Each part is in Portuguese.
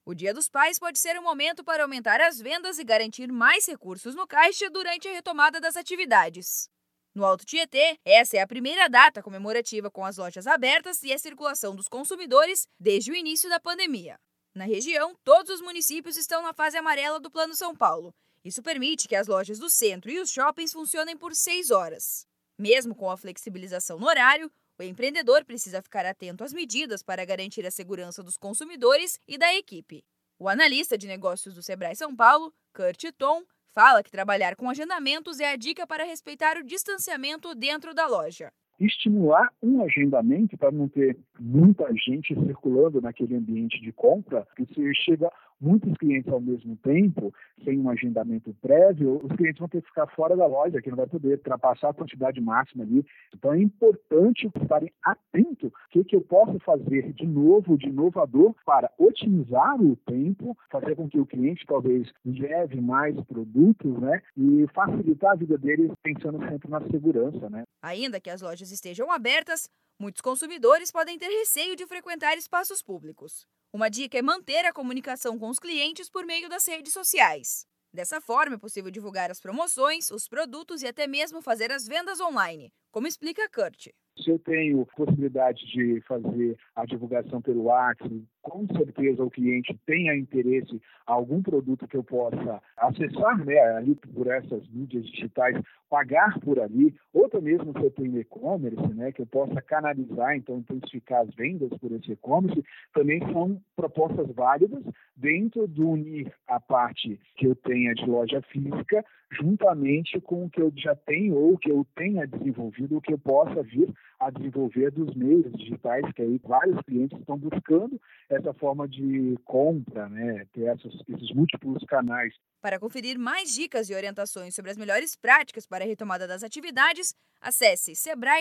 O Dia dos Pais pode ser um momento para aumentar as vendas e garantir mais recursos no caixa durante a retomada das atividades. No Alto Tietê, essa é a primeira data comemorativa com as lojas abertas e a circulação dos consumidores desde o início da pandemia. Na região, todos os municípios estão na fase amarela do Plano São Paulo. Isso permite que as lojas do centro e os shoppings funcionem por 6 horas. Mesmo com a flexibilização no horário, o empreendedor precisa ficar atento às medidas para garantir a segurança dos consumidores e da equipe. O analista de negócios do Sebrae São Paulo, Kurt Tom, fala que trabalhar com agendamentos é a dica para respeitar o distanciamento dentro da loja. Estimular um agendamento para não ter muita gente circulando naquele ambiente de compra, porque se chega muitos clientes ao mesmo tempo, sem um agendamento prévio, os clientes vão ter que ficar fora da loja, que não vai poder ultrapassar a quantidade máxima ali. Então é importante estarem atentos o que eu posso fazer de novo, de inovador, para otimizar o tempo, fazer com que o cliente talvez leve mais produtos, né, e facilitar a vida deles pensando sempre na segurança, né. Ainda que as lojas estejam abertas, muitos consumidores podem ter receio de frequentar espaços públicos. Uma dica é manter a comunicação com os clientes por meio das redes sociais. Dessa forma, é possível divulgar as promoções, os produtos e até mesmo fazer as vendas online, como explica Kurt. Se eu tenho possibilidade de fazer a divulgação pelo WhatsApp, com certeza o cliente tenha interesse em algum produto que eu possa acessar, né, ali por essas mídias digitais, pagar por ali, ou até mesmo se eu tenho e-commerce, né, que eu possa canalizar, então intensificar as vendas por esse e-commerce, também são propostas válidas dentro do unir a parte que eu tenha de loja física, juntamente com o que eu já tenho ou que eu tenha desenvolvido, o que eu possa vir a desenvolver dos meios digitais, que aí vários clientes estão buscando essa forma de compra, né, ter esses múltiplos canais. Para conferir mais dicas e orientações sobre as melhores práticas para a retomada das atividades, acesse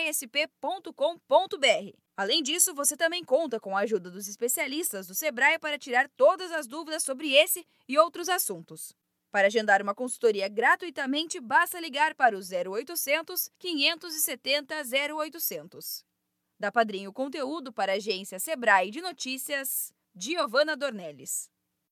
sebraesp.com.br. Além disso, você também conta com a ajuda dos especialistas do Sebrae para tirar todas as dúvidas sobre esse e outros assuntos. Para agendar uma consultoria gratuitamente, basta ligar para o 0800 570 0800. Da Padrinho Conteúdo para a agência Sebrae de Notícias, Giovana Dornelles.